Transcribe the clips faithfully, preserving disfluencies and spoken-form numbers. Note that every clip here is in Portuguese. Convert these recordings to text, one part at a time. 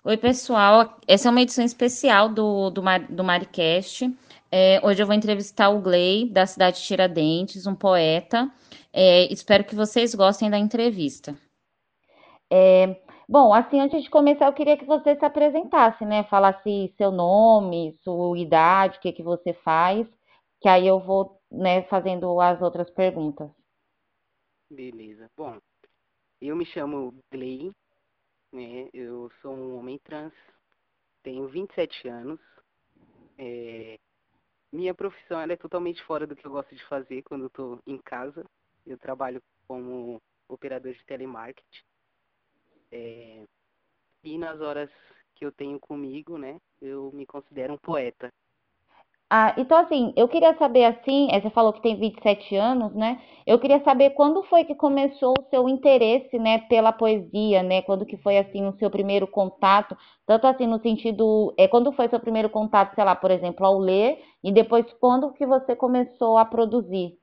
Oi, pessoal. Essa é uma edição especial do, do, Mar- do Maricast. É, hoje eu vou entrevistar o Gley, da cidade de Tiradentes, um poeta. É, espero que vocês gostem da entrevista. É, bom, assim, antes de começar, eu queria que você se apresentasse, né? Falasse seu nome, sua idade, o que que você faz, que aí eu vou, né, fazendo as outras perguntas. Beleza. Bom, eu me chamo Gley, né? Eu sou um homem trans, tenho vinte e sete anos. É, Minha profissão ela é totalmente fora do que eu gosto de fazer quando eu estou em casa. Eu trabalho como operador de telemarketing. é, e nas horas que eu tenho comigo, né? Eu me considero um poeta. Ah, então assim, eu queria saber assim, eh, você falou que tem vinte e sete anos, né? Eu queria saber quando foi que começou o seu interesse, né, pela poesia, né? Quando que foi assim o seu primeiro contato, tanto assim no sentido, é, quando foi seu primeiro contato, sei lá, por exemplo, ao ler, e depois quando que você começou a produzir?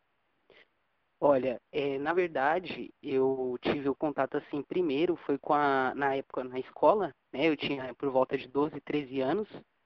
Olha, é, na verdade, eu tive o contato assim primeiro, foi com a, na época na escola, né? Eu tinha por volta de doze, treze anos.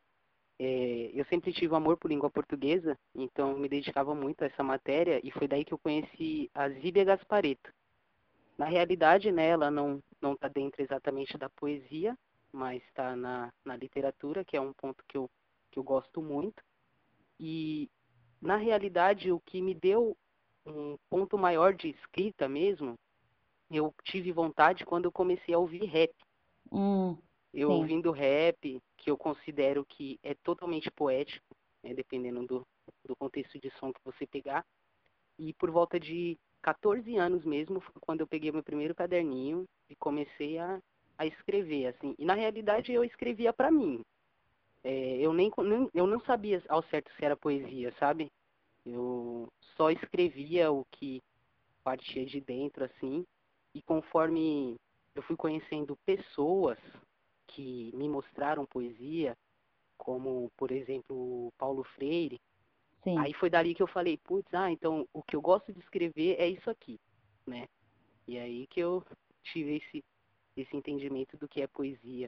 É, eu sempre tive amor por língua portuguesa, então eu me dedicava muito a essa matéria e foi daí que eu conheci a Zíbia Gasparetto. Na realidade, né, ela não não está dentro exatamente da poesia, mas está na, na literatura, que é um ponto que eu, que eu gosto muito. E, na realidade, o que me deu um ponto maior de escrita mesmo, eu tive vontade quando eu comecei a ouvir rap. Hum, Eu sim. ouvindo rap, que eu considero que é totalmente poético, né, dependendo do, do contexto de som que você pegar. E por volta de catorze anos mesmo, foi quando eu peguei meu primeiro caderninho e comecei a, a escrever, assim. E na realidade eu escrevia para mim. É, eu nem, nem eu não sabia ao certo se era poesia, sabe? Eu só escrevia o que partia de dentro, assim. E conforme eu fui conhecendo pessoas que me mostraram poesia, como, por exemplo, o Paulo Freire, Sim. aí foi dali que eu falei, putz, ah, então o que eu gosto de escrever é isso aqui, né? E aí que eu tive esse, esse entendimento do que é poesia.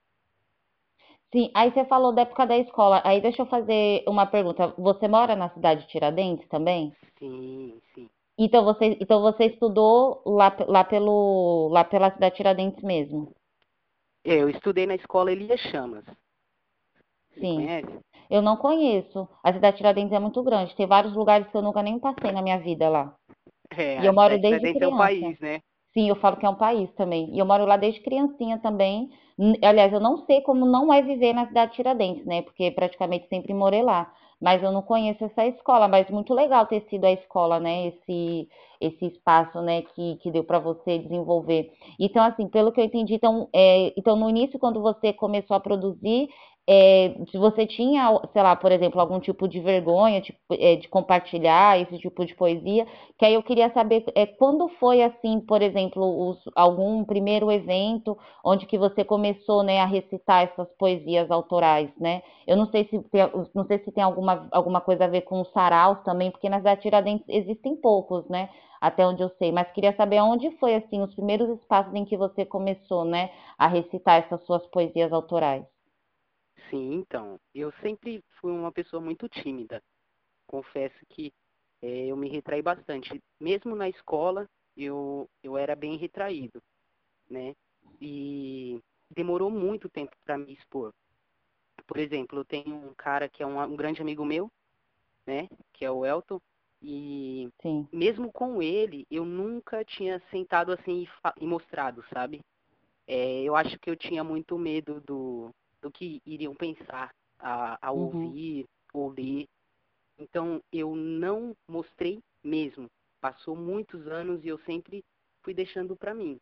Sim, aí você falou da época da escola. Aí deixa eu fazer uma pergunta. Você mora na cidade de Tiradentes também? Sim, sim. Então você, então você estudou lá, lá pelo, lá pela cidade de Tiradentes mesmo? É, eu estudei na escola Elias Chamas. Você Sim. conhece? Eu não conheço. A cidade de Tiradentes é muito grande. Tem vários lugares que eu nunca nem passei na minha vida lá. É, E eu a moro cidade de desde Tiradentes é um criança. país, né? Sim, eu falo que é um país também. E eu moro lá desde criancinha também. N- Aliás, eu não sei como não é viver na cidade de Tiradentes, né? Porque praticamente sempre morei lá. Mas eu não conheço essa escola. Mas muito legal ter sido a escola, né? Esse, esse espaço, né? Que, que deu para você desenvolver. Então, assim, pelo que eu entendi, então, é, então no início, quando você começou a produzir, é, se você tinha, sei lá, por exemplo, algum tipo de vergonha tipo, é, de compartilhar esse tipo de poesia, que aí eu queria saber é, quando foi assim, por exemplo, os, algum primeiro evento onde que você começou, né, a recitar essas poesias autorais, né? Eu não sei se tem, não sei se tem alguma, alguma coisa a ver com os saraus também, porque na cidade de Tiradentes existem poucos, né? Até onde eu sei, mas queria saber onde foi assim os primeiros espaços em que você começou, né, a recitar essas suas poesias autorais. Sim, então. Eu sempre fui uma pessoa muito tímida. Confesso que é, eu me retraí bastante. Mesmo na escola, eu, eu era bem retraído, né? E demorou muito tempo para me expor. Por exemplo, eu tenho um cara que é um, um grande amigo meu, né? Que é o Elton. E Sim. mesmo com ele, eu nunca tinha sentado assim e, fa- e mostrado, sabe? É, eu acho que eu tinha muito medo do, do que iriam pensar a, ao Uhum. ouvir ou ler. Então, eu não mostrei mesmo. Passou muitos anos e eu sempre fui deixando para mim.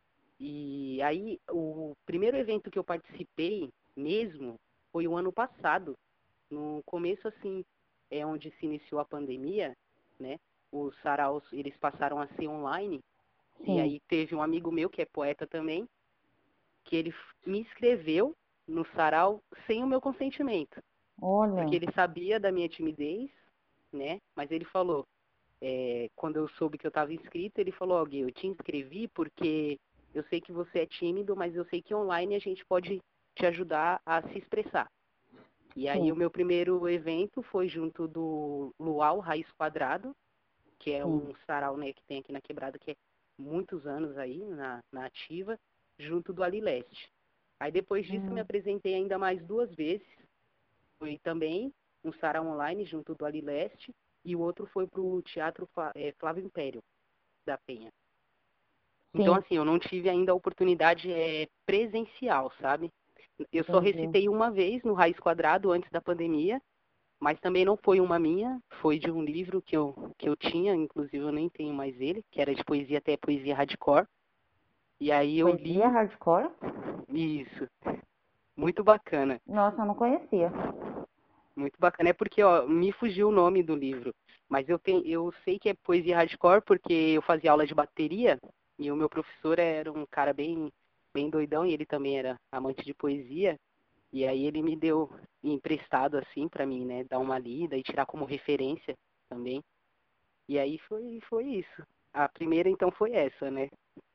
E aí, o primeiro evento que eu participei mesmo foi o ano passado. No começo, assim, é onde se iniciou a pandemia, né? Os saraus, eles passaram a ser online. E Sim. aí teve um amigo meu, que é poeta também, que ele me inscreveu no sarau sem o meu consentimento. Porque Olha. ele sabia da minha timidez, né? Mas ele falou, é, quando eu soube que eu estava inscrito, ele falou, ó, Gui, eu te inscrevi porque eu sei que você é tímido, mas eu sei que online a gente pode te ajudar a se expressar. E aí Sim, o meu primeiro evento foi junto do Luau Raiz Quadrado, que é sim. um sarau, né, que tem aqui na Quebrada, que é muitos anos aí na, na ativa, junto do Alileste. Aí depois disso eu me Hum, apresentei ainda mais duas vezes. Foi também um sarau online junto do Alileste e o outro foi para o Teatro Fa- eh, Flávio Império da Penha. Então, sim, assim, eu não tive ainda a oportunidade eh, presencial, sabe? Eu só entendi. recitei uma vez no Raiz Quadrado antes da pandemia, mas também não foi uma minha, foi de um livro que eu, que eu tinha, inclusive eu nem tenho mais ele, que era de poesia, até poesia hardcore. E aí eu Poesia li hardcore? isso, muito bacana, Nossa, eu não conhecia. muito bacana. É porque, ó, me fugiu o nome do livro, mas eu tenho, eu sei que é poesia hardcore porque eu fazia aula de bateria e o meu professor era um cara bem, bem doidão e ele também era amante de poesia. E aí ele me deu emprestado assim para mim, né, dar uma lida e tirar como referência também. E aí foi, foi isso. A primeira, então, foi essa, né?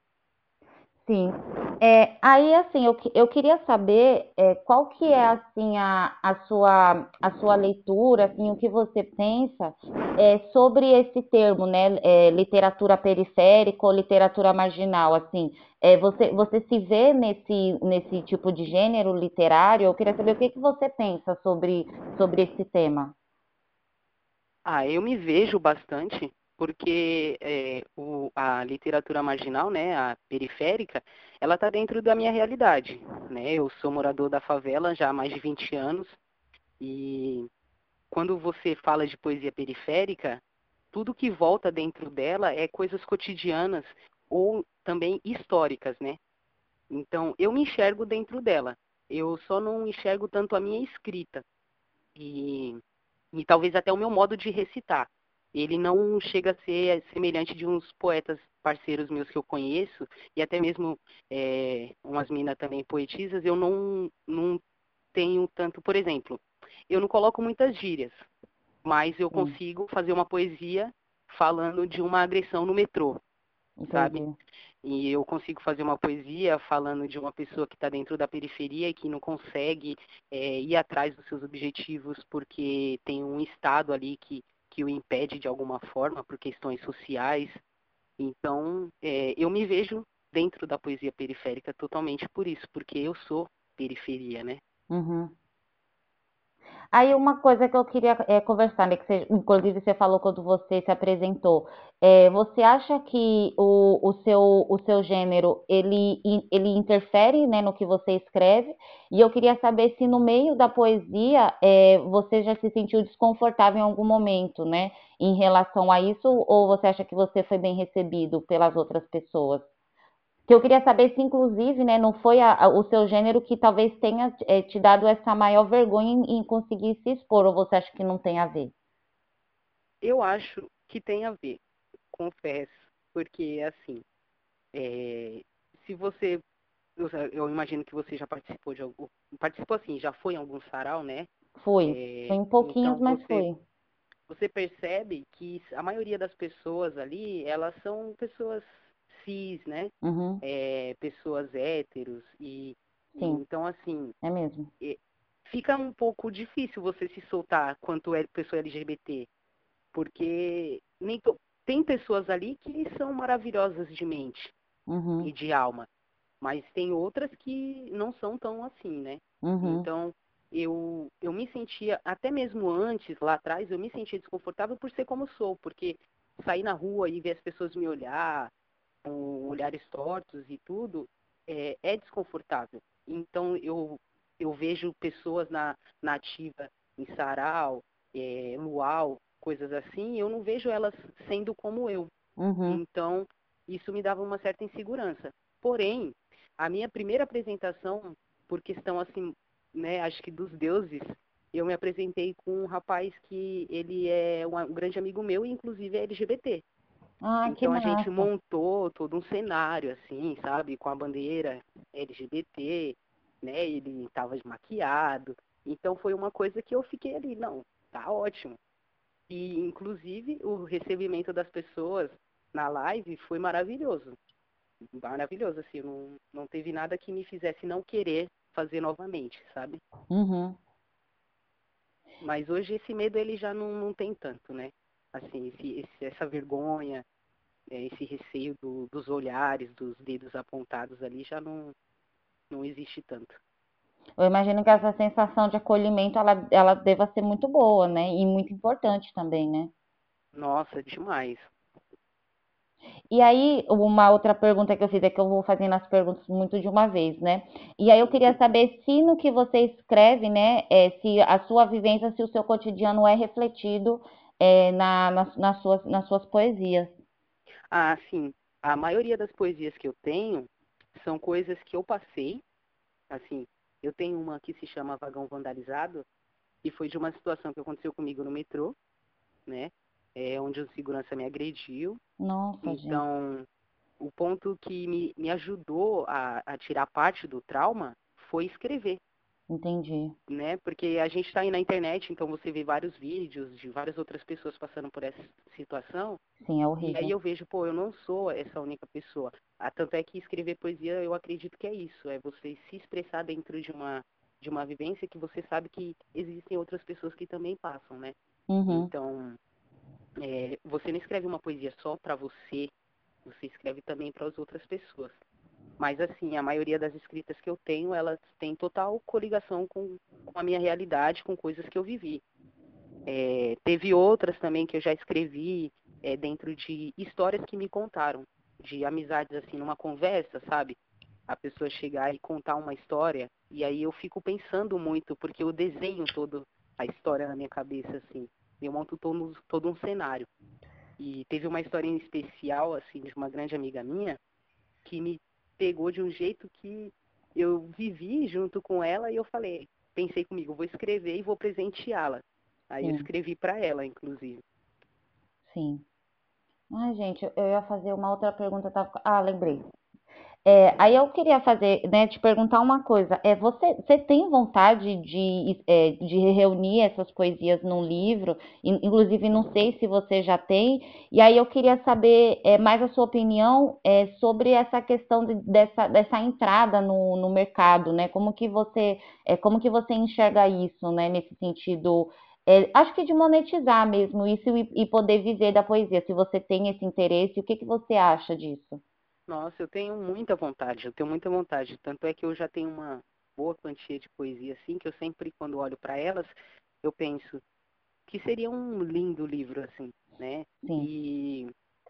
Sim. É, aí, assim, eu, que- eu queria saber é, qual que é, assim, a, a sua, a sua leitura, assim, o que você pensa é, sobre esse termo, né, é, literatura periférica ou literatura marginal, assim, é, você, você se vê nesse, nesse tipo de gênero literário? Eu queria saber o que que você pensa sobre, sobre esse tema. Ah, eu me vejo bastante, porque é, o, a literatura marginal, né, a periférica, ela está dentro da minha realidade, né? Eu sou morador da favela já há mais de vinte anos e quando você fala de poesia periférica, tudo que volta dentro dela é coisas cotidianas ou também históricas, né? Então, eu me enxergo dentro dela. Eu só não enxergo tanto a minha escrita e, e talvez até o meu modo de recitar. Ele não chega a ser semelhante de uns poetas parceiros meus que eu conheço e até mesmo é, umas minas também poetisas. Eu não, não tenho tanto, por exemplo, eu não coloco muitas gírias, mas eu Sim, consigo fazer uma poesia falando de uma agressão no metrô, sabe? entendi. E eu consigo fazer uma poesia falando de uma pessoa que está dentro da periferia e que não consegue é, ir atrás dos seus objetivos porque tem um Estado ali que, que o impede de alguma forma por questões sociais. Então, é, eu me vejo dentro da poesia periférica totalmente por isso, porque eu sou periferia, né? Uhum. Aí uma coisa que eu queria é, conversar, né, que você, inclusive você falou quando você se apresentou, é, você acha que o, o seu, o seu gênero, ele, ele interfere, né, no que você escreve? E eu queria saber se no meio da poesia é, você já se sentiu desconfortável em algum momento, né, em relação a isso, ou você acha que você foi bem recebido pelas outras pessoas? Que eu queria saber se, inclusive, né, não foi a- a- o seu gênero que talvez tenha é, te dado essa maior vergonha em, em conseguir se expor, ou você acha que não tem a ver? Eu acho que tem a ver, confesso, porque assim, é, se você, eu, eu imagino que você já participou de algum, participou assim, já foi em algum sarau, né? Fui. Foi É, em pouquinhos, então mas você fui. você percebe que a maioria das pessoas ali, elas são pessoas cis, né? Uhum, É, pessoas héteros e, e sim, então assim é mesmo. é, fica um pouco difícil você se soltar quanto é pessoa L G B T, porque nem to- tem pessoas ali que são maravilhosas de mente e Uhum, de alma, mas tem outras que não são tão assim, né? uhum, Então, eu, eu me sentia, até mesmo antes, lá atrás, eu me sentia desconfortável por ser como sou, porque sair na rua e ver as pessoas me olhar, com olhares tortos e tudo, é, é desconfortável. Então, eu, eu vejo pessoas na, na ativa em sarau, é, luau, coisas assim, eu não vejo elas sendo como eu. uhum. Então, isso me dava uma certa insegurança. Porém, a minha primeira apresentação, por questão assim, né, acho que dos deuses, eu me apresentei com um rapaz que ele é um, um grande amigo meu e inclusive é L G B T. Ah, que Então a gente massa. montou todo um cenário assim, sabe, com a bandeira L G B T, né? Ele estava maquiado. Então foi uma coisa que eu fiquei ali, não, tá ótimo. E, inclusive, o recebimento das pessoas na live foi maravilhoso. maravilhoso, assim, não, não teve nada que me fizesse não querer fazer novamente, sabe? Uhum. Mas hoje esse medo ele já não, não tem tanto, né? Assim, esse, esse- essa vergonha, é, esse receio do- dos olhares, dos dedos apontados ali já não, não existe tanto. Eu imagino que essa sensação de acolhimento ela, ela deva ser muito boa, né? E muito importante também, né? Nossa, demais. E aí, uma outra pergunta que eu fiz é que eu vou fazendo as perguntas muito de uma vez, né? E aí eu queria saber se no que você escreve, né, é, se a sua vivência, se o seu cotidiano é refletido é, na, nas, nas suas, nas suas poesias. Ah, sim. A maioria das poesias que eu tenho são coisas que eu passei. Assim, eu tenho uma que se chama Vagão Vandalizado, e foi de uma situação que aconteceu comigo no metrô, né? É, onde o segurança me agrediu. Nossa, gente, Então, o ponto que me, me ajudou a, a tirar parte do trauma foi escrever, entendi. né? Porque a gente está aí na internet, então você vê vários vídeos de várias outras pessoas passando por essa situação, Sim, é e aí horrível. eu vejo, pô, eu não sou essa única pessoa. Ah, tanto é que escrever poesia, eu acredito que é isso, é você se expressar dentro de uma de uma vivência que você sabe que existem outras pessoas que também passam, né? Uhum, Então, é, você não escreve uma poesia só para você, você escreve também para as outras pessoas. Mas, assim, a maioria das escritas que eu tenho, elas têm total coligação com, com a minha realidade, com coisas que eu vivi. É, teve outras também que eu já escrevi é, dentro de histórias que me contaram, de amizades, assim, numa conversa, sabe? A pessoa chegar e contar uma história, e aí eu fico pensando muito, porque eu desenho todo a história na minha cabeça, assim. Eu monto todo, todo um cenário. E teve uma história em especial, assim, de uma grande amiga minha, que me pegou de um jeito que eu vivi junto com ela e eu falei, pensei comigo, vou escrever e vou presenteá-la. Aí eu sim, escrevi para ela, inclusive. sim. Ai, gente, eu eu ia fazer uma outra pergunta. eu Tava... Ah, lembrei. É, aí eu queria fazer, né, te perguntar uma coisa. É, você, você tem vontade de, é, de reunir essas poesias num livro? In- Inclusive, não sei se você já tem. E aí eu queria saber é, mais a sua opinião é, sobre essa questão de- dessa, dessa entrada no, no mercado, né? Como que você, é, como que você enxerga isso, né, nesse sentido? É, acho que de monetizar mesmo isso e, e poder viver da poesia. Se você tem esse interesse, o que que você acha disso? Nossa, eu tenho muita vontade, eu tenho muita vontade. Tanto é que eu já tenho uma boa quantia de poesia, assim, que eu sempre, quando olho para elas, eu penso que seria um lindo livro, assim, né? Sim. E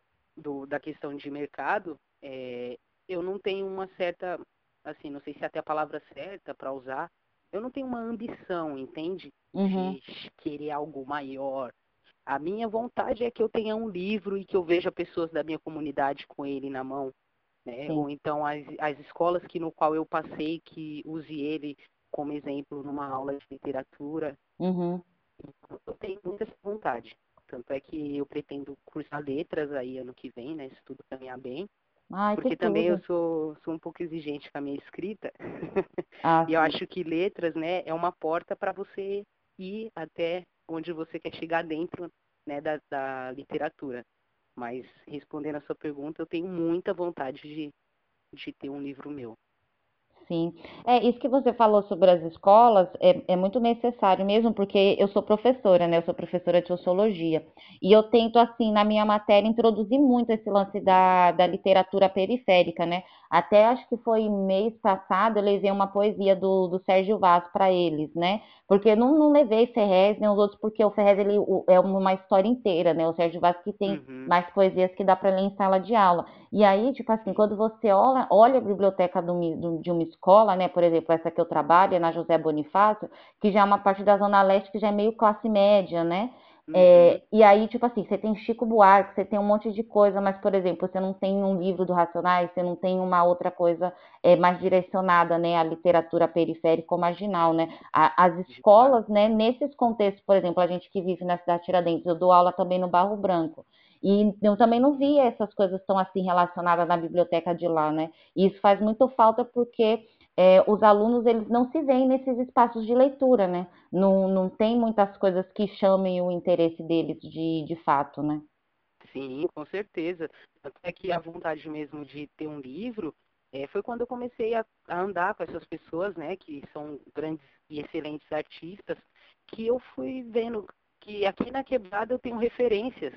do, da questão de mercado, é, eu não tenho uma certa, assim, não sei se é até a palavra certa para usar, eu não tenho uma ambição, entende? Uhum. De querer algo maior. A minha vontade é que eu tenha um livro e que eu veja pessoas da minha comunidade com ele na mão, né? Sim. Ou então as, as escolas que no qual eu passei que use ele como exemplo numa aula de literatura. Uhum. Eu tenho muita vontade. Tanto é que eu pretendo cursar letras aí ano que vem, né? Se tudo caminhar bem. Ai, que Porque também eu tudo. sou, sou um pouco exigente com a minha escrita. Ah, E eu sim. acho que letras, né, é uma porta para você ir até onde você quer chegar dentro, né, da, da literatura. Mas respondendo a sua pergunta, eu tenho muita vontade de, de ter um livro meu. Sim, é isso que você falou sobre as escolas é, é muito necessário mesmo, porque eu sou professora, né? Eu sou professora de sociologia e eu tento assim na minha matéria introduzir muito esse lance da, da literatura periférica, né? Até acho que foi mês passado eu levei uma poesia do, do Sérgio Vaz para eles, né? Porque eu não, não levei Ferrez nem os outros, porque o Ferrez ele o- é uma história inteira, né? O Sérgio Vaz que tem Uhum, mais poesias que dá para ler em sala de aula. E aí, tipo assim, sim, quando você olha, olha a biblioteca do mi- do- de uma escola, né? Por exemplo, essa que eu trabalho é na José Bonifácio, que já é uma parte da Zona Leste que já é meio classe média, né? uhum, É, e aí, tipo assim, você tem Chico Buarque, você tem um monte de coisa, mas, por exemplo, você não tem um livro do Racionais, você não tem uma outra coisa é, mais direcionada, né, à literatura periférica ou marginal, né? A- as de fato. escolas, né, nesses contextos, por exemplo, a gente que vive na cidade de Tiradentes, eu dou aula também no Barro Branco. E eu também não via essas coisas tão assim relacionadas na biblioteca de lá, né? E isso faz muito falta porque é, os alunos eles não se veem nesses espaços de leitura, né? Não, não tem muitas coisas que chamem o interesse deles de, de fato, né? Sim, com certeza. Até que a vontade mesmo de ter um livro eh, foi quando eu comecei a, a andar com essas pessoas, né, que são grandes e excelentes artistas, que eu fui vendo que aqui na Quebrada eu tenho referências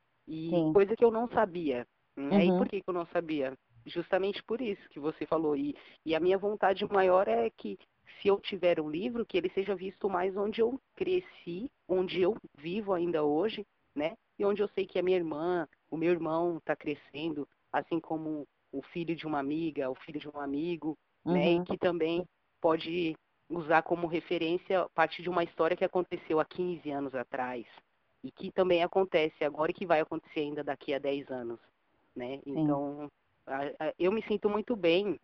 e Sim. coisa que eu não sabia, né? E por Uhum. que que eu não sabia? Justamente por isso que você falou. E, e a minha vontade maior é que se eu tiver um livro, que ele seja visto mais onde eu cresci, onde eu vivo ainda hoje, né? E onde eu sei que a minha irmã, o meu irmão está crescendo, assim como o filho de uma amiga, o filho de um amigo, né? E Uhum. que também pode usar como referência parte de uma história que aconteceu há quinze anos atrás, e que também acontece agora e que vai acontecer ainda daqui a dez anos, né? Sim. Então, a- a- eu me sinto muito bem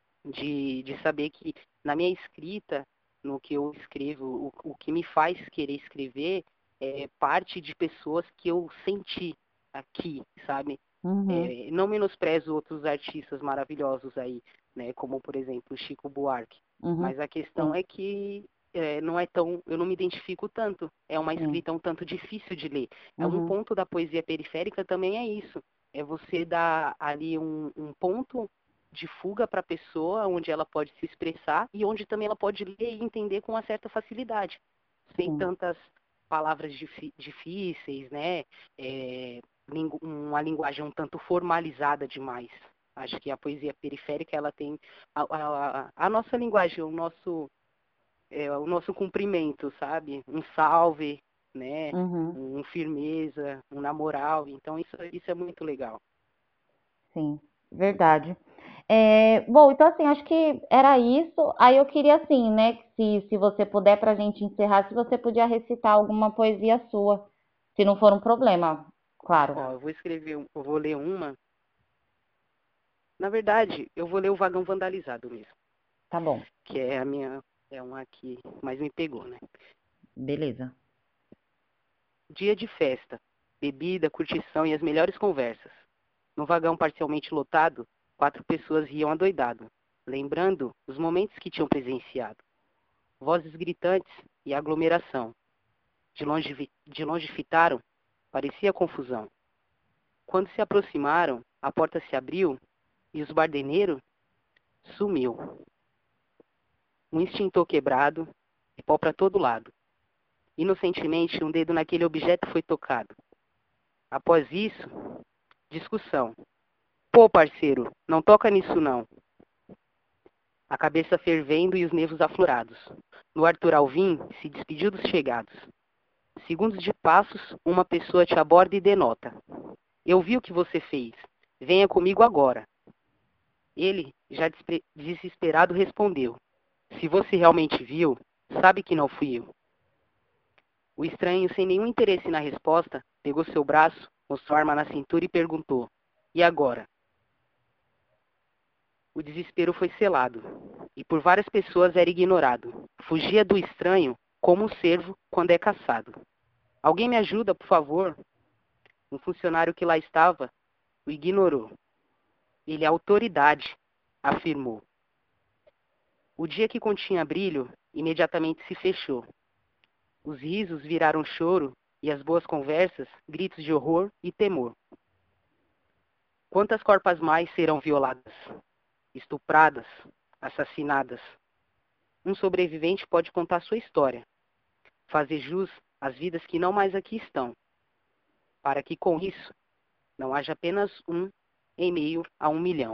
de, de saber que na minha escrita, no que eu escrevo, o, o que me faz querer escrever é parte de pessoas que eu senti aqui, sabe? Uhum. É, não menosprezo outros artistas maravilhosos aí, né? Como, por exemplo, Chico Buarque. Uhum. Mas a questão Sim. é que é, não é tão, eu não me identifico tanto. É uma Sim. escrita um tanto difícil de ler. É um Uhum. ponto da poesia periférica também é isso. É você dar ali um, um ponto de fuga para a pessoa, onde ela pode se expressar e onde também ela pode ler e entender com uma certa facilidade, sem Sim. tantas palavras difíceis, né? É, uma linguagem um tanto formalizada demais. Acho que a poesia periférica ela tem a, a, a nossa linguagem, o nosso, é, o nosso cumprimento, sabe? Um salve, né? Uhum. Um firmeza, um na moral. Então isso, isso é muito legal. Sim. Verdade. É, bom, então assim, acho que era isso. Aí eu queria assim, né, que se, se você puder pra gente encerrar, se você podia recitar alguma poesia sua, se não for um problema, claro. Ó, eu vou escrever, um- eu vou ler uma. Na verdade, eu vou ler o Vagão Vandalizado mesmo, Tá bom. que é a minha, é uma que mais me pegou, né? Beleza. Dia de festa, bebida, curtição e as melhores conversas. No vagão parcialmente lotado, quatro pessoas riam adoidado, lembrando os momentos que tinham presenciado. Vozes gritantes e aglomeração. De longe, vi- de longe fitaram, parecia confusão. Quando se aproximaram, a porta se abriu e os bardeneiros sumiu. Um extintor quebrado, e pó para todo lado. Inocentemente, um dedo naquele objeto foi tocado. Após isso, discussão. Pô, parceiro, não toca nisso não. A cabeça fervendo e os nervos aflorados. No Arthur Alvim se despediu dos chegados. Segundos de passos, uma pessoa te aborda e denota. Eu vi o que você fez. Venha comigo agora. Ele, já desesperado, respondeu. Se você realmente viu, sabe que não fui eu. O estranho, sem nenhum interesse na resposta, pegou seu braço, mostrou a arma na cintura e perguntou: E agora? O desespero foi selado, e por várias pessoas era ignorado. Fugia do estranho como um cervo quando é caçado. Alguém me ajuda, por favor? Um funcionário que lá estava o ignorou. Ele é autoridade, afirmou. O dia que continha brilho imediatamente se fechou. Os risos viraram choro e as boas conversas, gritos de horror e temor. Quantas corpas mais serão violadas, estupradas, assassinadas? Um sobrevivente pode contar sua história, fazer jus às vidas que não mais aqui estão, para que com isso não haja apenas um em meio a um milhão.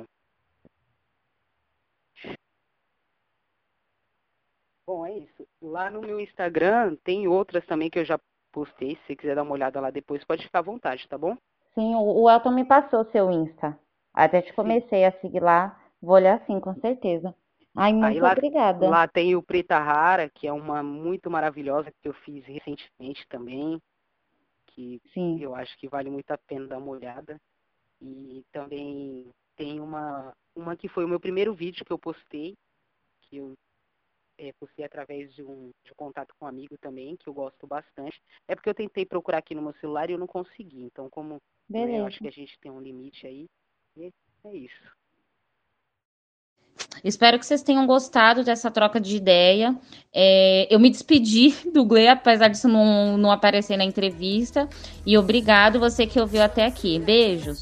Bom, é isso. Lá no meu Instagram tem outras também que eu já postei. Se você quiser dar uma olhada lá depois, pode ficar à vontade, tá bom? Sim, o, o Elton me passou seu Insta. Até te Sim. comecei a seguir lá. Vou olhar sim, com certeza. Ai, Aí muito lá, obrigada. lá tem o Preta Rara, que é uma muito maravilhosa que eu fiz recentemente também, que Sim. eu acho que vale muito a pena dar uma olhada. E também tem uma, uma que foi o meu primeiro vídeo que eu postei, que eu é, postei através de um, de um contato com um amigo também, que eu gosto bastante. É porque eu tentei procurar aqui no meu celular e eu não consegui. Então, como né, eu acho Beleza. que a gente tem um limite aí, é é isso. Espero que vocês tenham gostado dessa troca de ideia. É, eu me despedi do Gley, apesar disso não, não aparecer na entrevista. E obrigado você que ouviu até aqui. Beijos.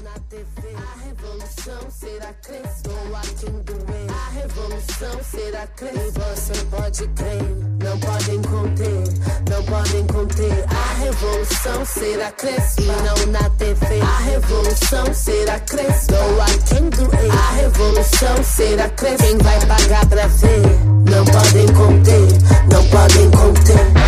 Será crer, você pode crer, não podem conter, não podem conter. A revolução será crescer, e não na T V. A revolução será crescer, no I can do it. A revolução será crescer, quem vai pagar pra ver? Não podem conter, não podem conter.